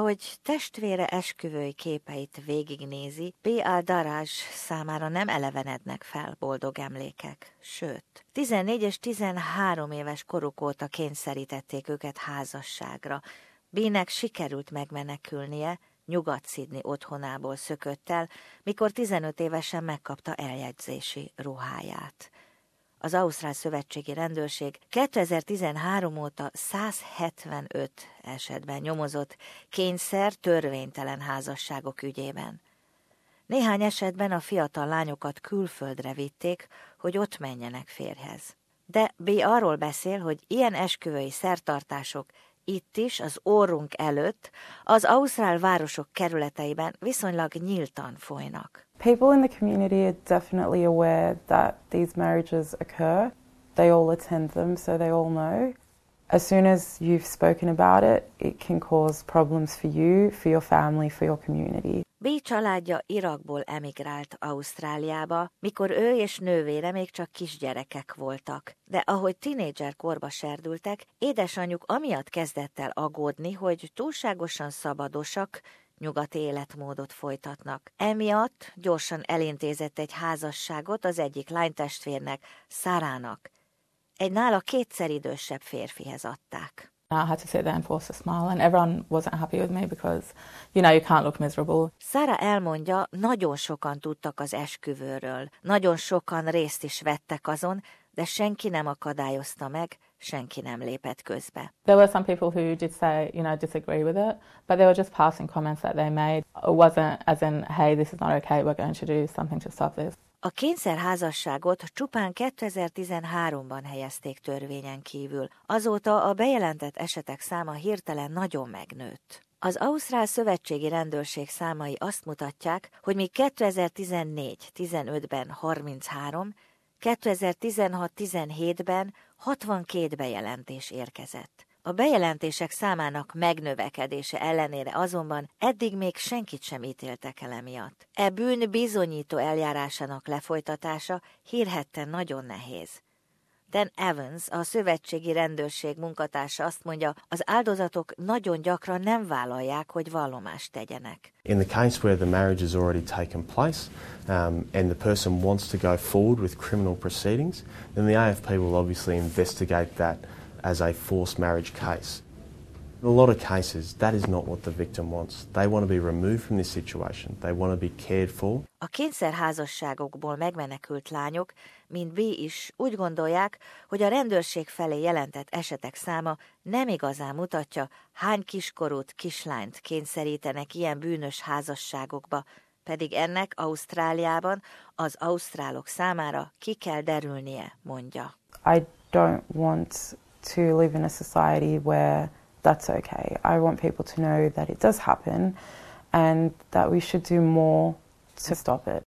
ahogy testvére esküvői képeit végignézi, B.A. Daraj számára nem elevenednek fel boldog emlékek, sőt, 14 és 13 éves koruk óta kényszerítették őket házasságra. B-nek sikerült megmenekülnie, Nyugat-Sydney otthonából szökött el, mikor 15 évesen megkapta eljegyzési ruháját. Az Ausztrál Szövetségi Rendőrség 2013 óta 175 esetben nyomozott kényszer törvénytelen házasságok ügyében. Néhány esetben a fiatal lányokat külföldre vitték, hogy ott menjenek férjhez. De B. arról beszél, hogy ilyen esküvői szertartások itt is, az orrunk előtt, az ausztrál városok kerületeiben viszonylag nyíltan folynak. People in the community are definitely aware that these marriages occur. They all attend them, so they all know. As soon as you've spoken about it, it can cause problems for you, for your family, for your community. B. családja Irakból emigrált Ausztráliába, mikor ő és nővére még csak kisgyerekek voltak. De ahogy tinédzser korba serdültek, édesanyjuk amiatt kezdett el aggódni, hogy túlságosan szabadosak, nyugati életmódot folytatnak. Emiatt gyorsan elintézett egy házasságot az egyik lánytestvérnek, Sarának. Egy nála 2-szer idősebb férfihez adták. I had to sit there and force a smile, and everyone wasn't happy with me because, you can't look miserable. Sara elmondja, nagyon sokan tudtak az esküvőről, nagyon sokan részt is vettek azon, de senki nem akadályozta meg, senki nem lépett közbe. There were some people who did say, disagree with it, but they were just passing comments that they made. It wasn't as in, hey, this is not okay, we're going to do something to stop this. A kényszerházasságot csupán 2013-ban helyezték törvényen kívül. Azóta a bejelentett esetek száma hirtelen nagyon megnőtt. Az Ausztrál Szövetségi Rendőrség számai azt mutatják, hogy míg 2014-15-ben 33, 2016-17-ben 62 bejelentés érkezett. A bejelentések számának megnövekedése ellenére azonban eddig még senkit sem ítéltek el emiatt. E bűn bizonyító eljárásának lefolytatása hírhedten nagyon nehéz. Dan Evans, a szövetségi rendőrség munkatársa azt mondja, az áldozatok nagyon gyakran nem vállalják, hogy vallomást tegyenek. In the case where the marriage has already taken place and the person wants to go forward with criminal proceedings, then the AFP will obviously investigate that as a forced marriage case. In a lot of cases, that is not what the victim wants. They want to be removed from this situation. They want to be cared for. A kényszerházasságokból megmenekült lányok, mint B is, úgy gondolják, hogy a rendőrség felé jelentett esetek száma nem igazán mutatja, hány kiskorút kislányt kényszerítenek ilyen bűnös házasságokba, pedig ennek Ausztráliában az ausztrálok számára ki kell derülnie, mondja. I don't want to live in a society where that's okay. I want people to know that it does happen and that we should do more to stop it.